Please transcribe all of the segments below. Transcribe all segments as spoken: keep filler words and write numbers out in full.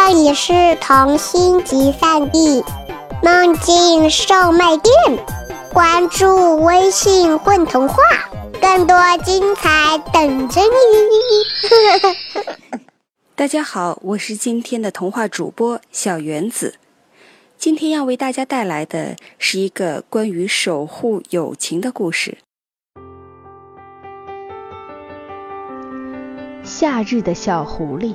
这里是童心集散地梦境售卖店，关注微信混童话，更多精彩等着你。 大家好，我是今天的童话主播小原子。今天要为大家带来的是一个关于守护友情的故事。 夏日的小狐狸。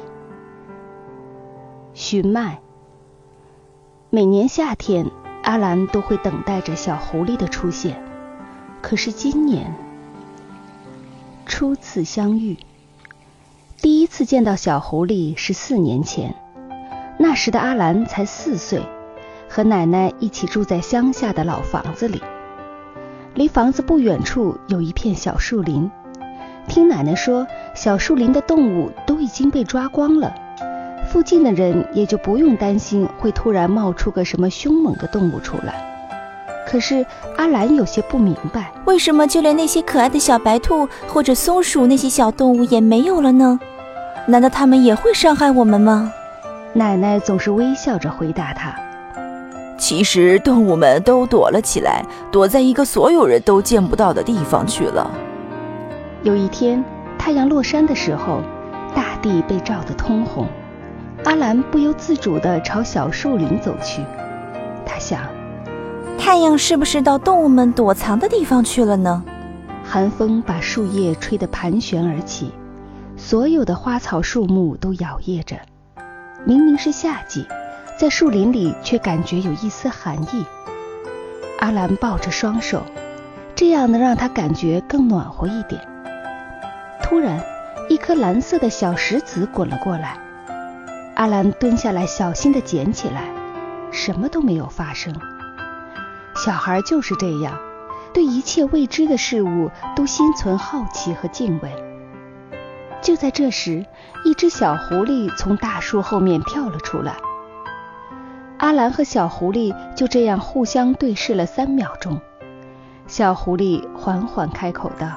寻麦。每年夏天，阿兰都会等待着小狐狸的出现。可是今年，初次相遇。第一次见到小狐狸是四年前，那时的阿兰才四岁，和奶奶一起住在乡下的老房子里。离房子不远处有一片小树林，听奶奶说，小树林的动物都已经被抓光了，附近的人也就不用担心会突然冒出个什么凶猛的动物出来。可是阿兰有些不明白， 为什么就连那些可爱的小白兔或者松鼠那些小动物也没有了呢？难道它们也会伤害我们吗？ 奶奶总是微笑着回答她， 其实动物们都躲了起来，躲在一个所有人都见不到的地方去了。 有一天太阳落山的时候，大地被照得通红，阿兰不由自主地朝小树林走去。她想， 太阳是不是到动物们躲藏的地方去了呢？ 寒风把树叶吹得盘旋而起，所有的花草树木都摇曳着。明明是夏季，在树林里却感觉有一丝寒意。阿兰抱着双手，这样能让她感觉更暖和一点。突然，一颗蓝色的小石子滚了过来，阿兰蹲下来小心地捡起来，什么都没有发生。小孩就是这样，对一切未知的事物都心存好奇和敬畏。就在这时，一只小狐狸从大树后面跳了出来。阿兰和小狐狸就这样互相对视了三秒钟。小狐狸缓缓开口道，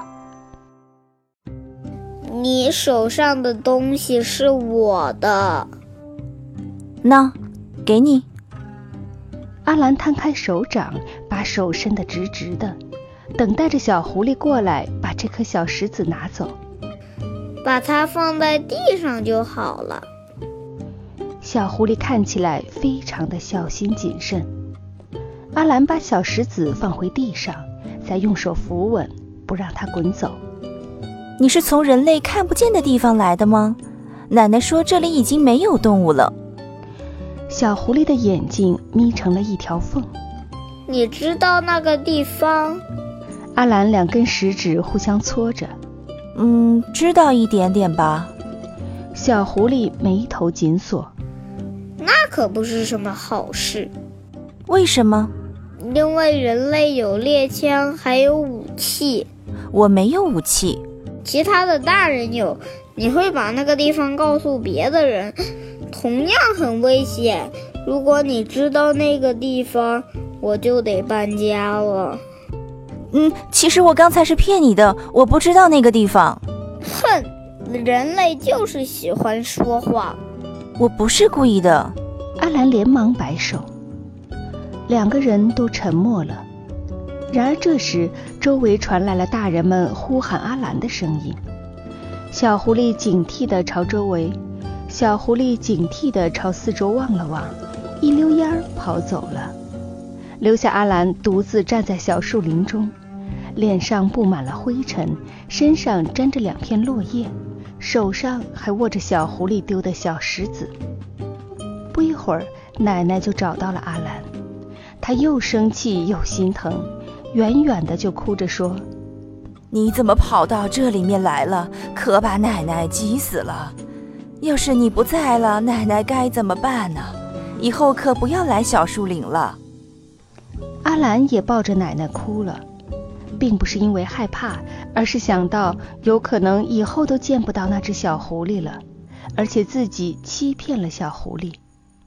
你手上的东西是我的。 那，给你。 阿兰摊开手掌，把手伸得直直的，等待着小狐狸过来把这颗小石子拿走。 把它放在地上就好了。 小狐狸看起来非常的小心谨慎。阿兰把小石子放回地上，再用手扶稳，不让它滚走。 你是从人类看不见的地方来的吗？奶奶说这里已经没有动物了。 小狐狸的眼睛眯成了一条缝。 你知道那个地方？ 阿兰两根食指互相搓着。 嗯，知道一点点吧。 小狐狸眉头紧锁。 那可不是什么好事。 为什么？ 因为人类有猎枪，还有武器。 我没有武器。 其他的大人有，你会把那个地方告诉别的人，同样很危险。如果你知道那个地方，我就得搬家了。 嗯，其实我刚才是骗你的，我不知道那个地方。 哼，人类就是喜欢说谎。 我不是故意的。 阿兰连忙摆手。两个人都沉默了。然而这时，周围传来了大人们呼喊阿兰的声音。小狐狸警惕地朝周围，小狐狸警惕地朝四周望了望，一溜烟儿跑走了，留下阿兰独自站在小树林中，脸上布满了灰尘，身上沾着两片落叶，手上还握着小狐狸丢的小石子。不一会儿，奶奶就找到了阿兰，她又生气又心疼，远远的就哭着说， 你怎么跑到这里面来了？可把奶奶急死了。要是你不在了，奶奶该怎么办呢？以后可不要来小树林了。 阿兰也抱着奶奶哭了，并不是因为害怕，而是想到有可能以后都见不到那只小狐狸了，而且自己欺骗了小狐狸。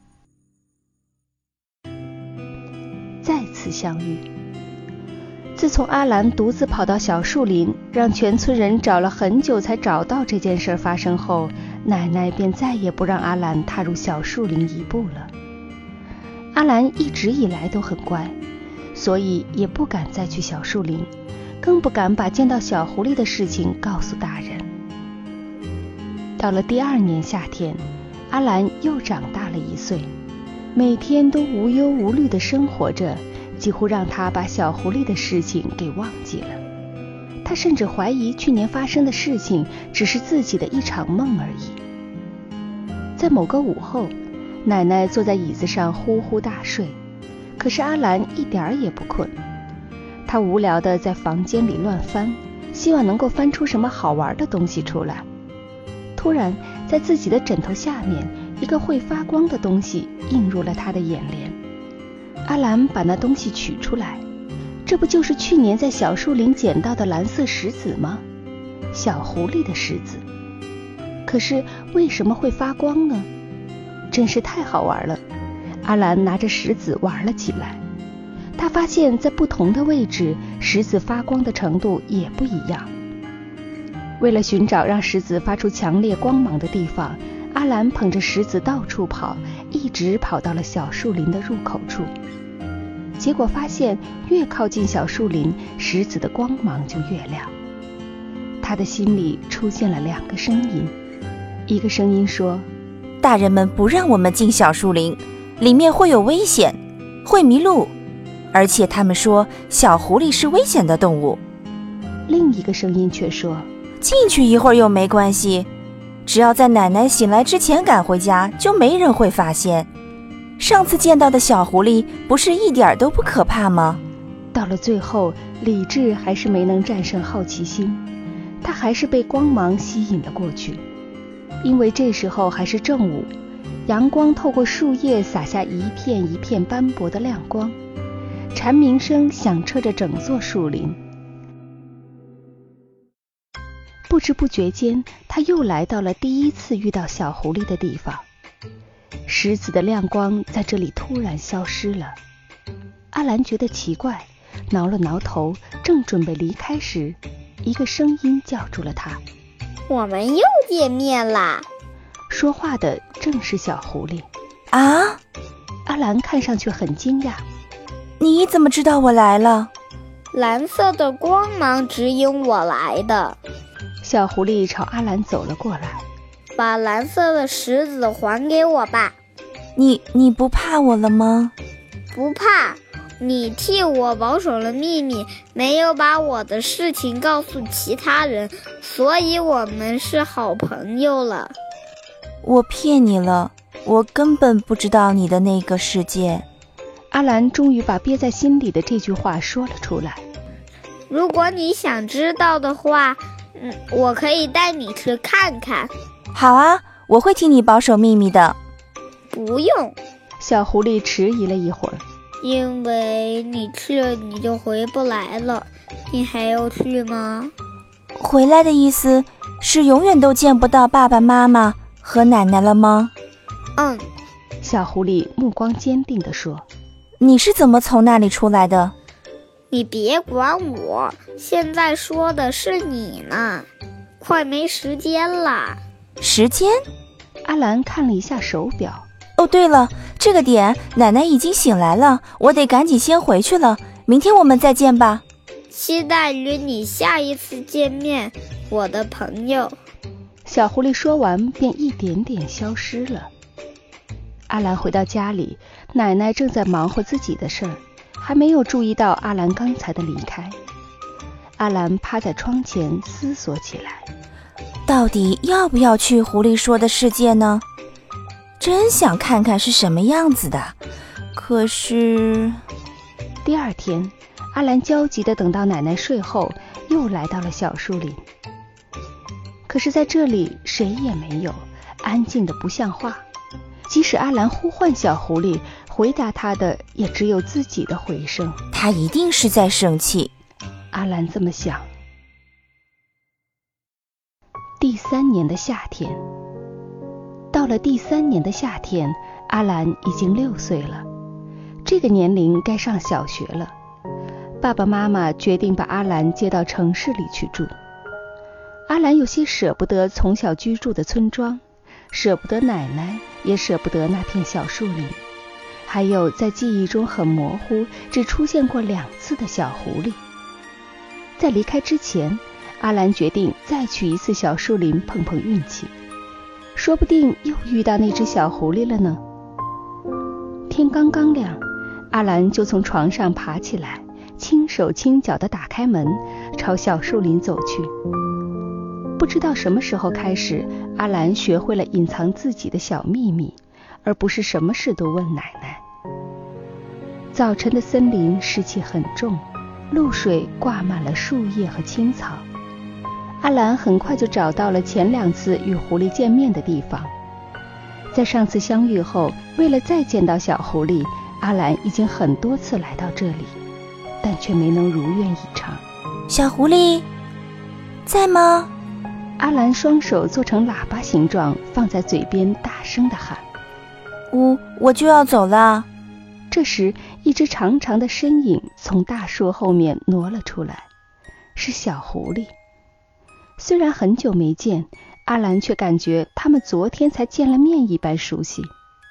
再次相遇。自从阿兰独自跑到小树林，让全村人找了很久才找到这件事发生后， 奶奶便再也不让阿兰踏入小树林一步了。阿兰一直以来都很乖，所以也不敢再去小树林，更不敢把见到小狐狸的事情告诉大人。到了第二年夏天，阿兰又长大了一岁，每天都无忧无虑地生活着，几乎让他把小狐狸的事情给忘记了。他甚至怀疑去年发生的事情只是自己的一场梦而已。在某个午后，奶奶坐在椅子上呼呼大睡，可是阿兰一点儿也不困。她无聊地在房间里乱翻，希望能够翻出什么好玩的东西出来。突然，在自己的枕头下面，一个会发光的东西映入了她的眼帘。阿兰把那东西取出来，这不就是去年在小树林捡到的蓝色石子吗？小狐狸的石子。可是为什么会发光呢？真是太好玩了。阿兰拿着石子玩了起来，他发现在不同的位置，石子发光的程度也不一样。为了寻找让石子发出强烈光芒的地方，阿兰捧着石子到处跑，一直跑到了小树林的入口处。结果发现越靠近小树林，石子的光芒就越亮。他的心里出现了两个声音，一个声音说， 大人们不让我们进小树林，里面会有危险，会迷路，而且他们说小狐狸是危险的动物。 另一个声音却说， 进去一会儿又没关系，只要在奶奶醒来之前赶回家，就没人会发现。上次见到的小狐狸不是一点都不可怕吗？ 到了最后，理智还是没能战胜好奇心，他还是被光芒吸引了过去。因为这时候还是正午，阳光透过树叶洒下一片一片斑驳的亮光，蝉鸣声响彻着整座树林。不知不觉间，他又来到了第一次遇到小狐狸的地方。石子的亮光在这里突然消失了。阿兰觉得奇怪，挠了挠头，正准备离开时，一个声音叫住了他， 我们又见面啦！ 说话的正是小狐狸。 啊！ 阿兰看上去很惊讶， 你怎么知道我来了？ 蓝色的光芒指引我来的。 小狐狸朝阿兰走了过来， 把蓝色的石子还给我吧。 你你不怕我了吗？ 不怕，你替我保守了秘密，没有把我的事情告诉其他人，所以我们是好朋友了。 我骗你了，我根本不知道你的那个世界。 阿兰终于把憋在心里的这句话说了出来。 如果你想知道的话，嗯，我可以带你去看看。 好啊，我会替你保守秘密的。 不用。 小狐狸迟疑了一会儿， 因为你去了你就回不来了。你还要去吗？ 回来的意思是永远都见不到爸爸妈妈和奶奶了吗？ 嗯。 小狐狸目光坚定地说。 你是怎么从那里出来的？ 你别管我，现在说的是你呢。快没时间了。 时间？ 阿兰看了一下手表。 哦，对了，这个点奶奶已经醒来了，我得赶紧先回去了，明天我们再见吧。 期待与你下一次见面，我的朋友。 小狐狸说完便一点点消失了。阿兰回到家里，奶奶正在忙活自己的事儿，还没有注意到阿兰刚才的离开。阿兰趴在窗前思索起来， 到底要不要去狐狸说的世界呢？真想看看是什么样子的，可是…… 第二天，阿兰焦急地等到奶奶睡后，又来到了小树林。可是在这里谁也没有，安静得不像话。即使阿兰呼唤小狐狸，回答他的也只有自己的回声。 他一定是在生气， 阿兰这么想。第三年的夏天，到了第三年的夏天，阿兰已经六岁了，这个年龄该上小学了。爸爸妈妈决定把阿兰接到城市里去住。阿兰有些舍不得从小居住的村庄， 舍不得奶奶，也舍不得那片小树林，还有在记忆中很模糊，只出现过两次的小狐狸。在离开之前，阿兰决定再去一次小树林碰碰运气，说不定又遇到那只小狐狸了呢。天刚刚亮，阿兰就从床上爬起来，轻手轻脚地打开门，朝小树林走去。不知道什么时候开始，阿兰学会了隐藏自己的小秘密，而不是什么事都问奶奶。早晨的森林湿气很重，露水挂满了树叶和青草。阿兰很快就找到了前两次与狐狸见面的地方。在上次相遇后，为了再见到小狐狸，阿兰已经很多次来到这里，但却没能如愿以偿。 小狐狸，在吗？ 阿兰双手做成喇叭形状，放在嘴边大声地喊。 我我就要走了。 这时，一只长长的身影从大树后面挪了出来，是小狐狸。虽然很久没见，阿兰却感觉他们昨天才见了面一般熟悉。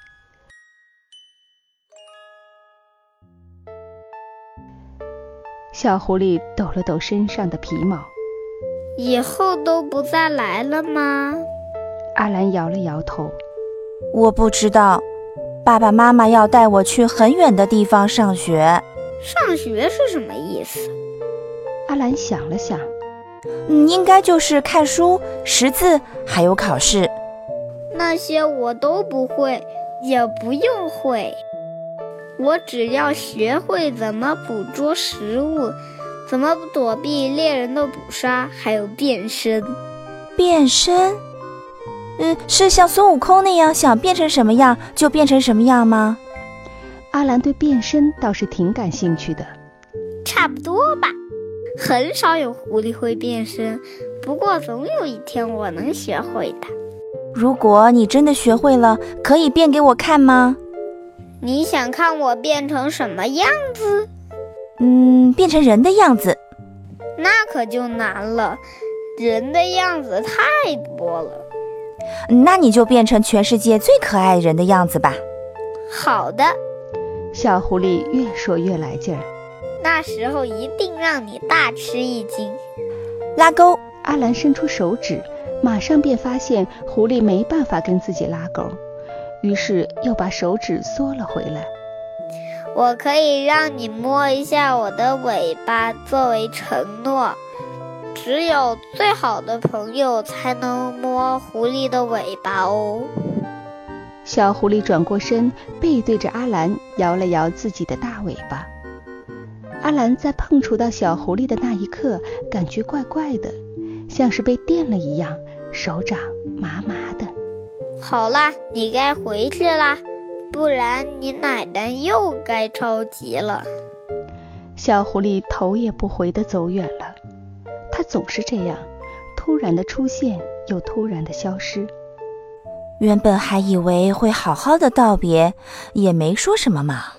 小狐狸抖了抖身上的皮毛。 以后都不再来了吗？ 阿兰摇了摇头。 我不知道，爸爸妈妈要带我去很远的地方上学。 上学是什么意思？ 阿兰想了想， 嗯，应该就是看书、识字，还有考试。 那些我都不会，也不用会。我只要学会怎么捕捉食物，怎么躲避猎人的捕杀，还有变身。 变身？嗯，是像孙悟空那样想变成什么样就变成什么样吗？ 阿兰对变身倒是挺感兴趣的。 差不多吧，很少有狐狸会变身，不过总有一天我能学会的。 如果你真的学会了，可以变给我看吗？ 你想看我变成什么样子？ 嗯，变成人的样子。 那可就难了，人的样子太多了。 那你就变成全世界最可爱人的样子吧。 好的。 小狐狸越说越来劲儿。 那时候一定让你大吃一惊。 拉钩。 阿兰伸出手指，马上便发现狐狸没办法跟自己拉钩，于是又把手指缩了回来。 我可以让你摸一下我的尾巴作为承诺，只有最好的朋友才能摸狐狸的尾巴哦。 小狐狸转过身，背对着阿兰，摇了摇自己的大尾巴。阿兰在碰触到小狐狸的那一刻，感觉怪怪的，像是被电了一样，手掌麻麻的。 好啦，你该回去啦，不然你奶奶又该着急了。 小狐狸头也不回地走远了。它总是这样，突然的出现，又突然的消失。 原本还以为会好好的道别，也没说什么嘛。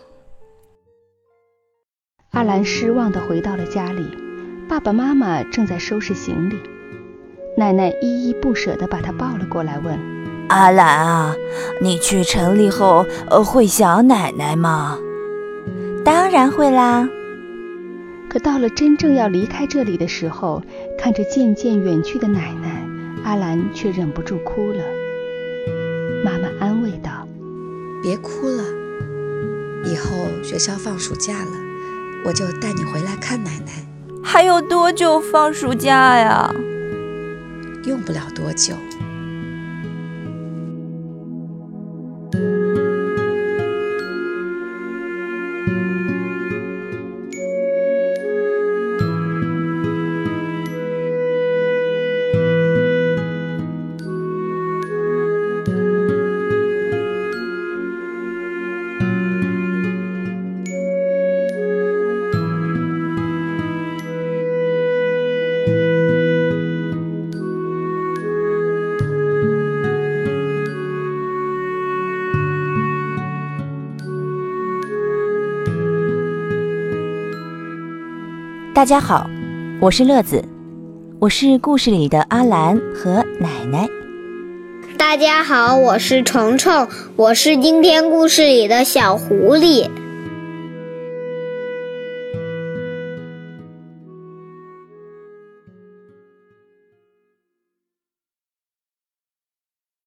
阿兰失望地回到了家里，爸爸妈妈正在收拾行李。奶奶依依不舍地把她抱了过来，问： 阿兰啊，你去城里后，呃，会想奶奶吗？ 当然会啦。 可到了真正要离开这里的时候，看着渐渐远去的奶奶，阿兰却忍不住哭了。妈妈安慰道： 别哭了，以后学校放暑假了，我就带你回来看奶奶。 还有多久放暑假呀？ 用不了多久。 大家好，我是乐子，我是故事里的阿兰和奶奶。 大大家好，我是虫虫，我是今天故事里的小狐狸。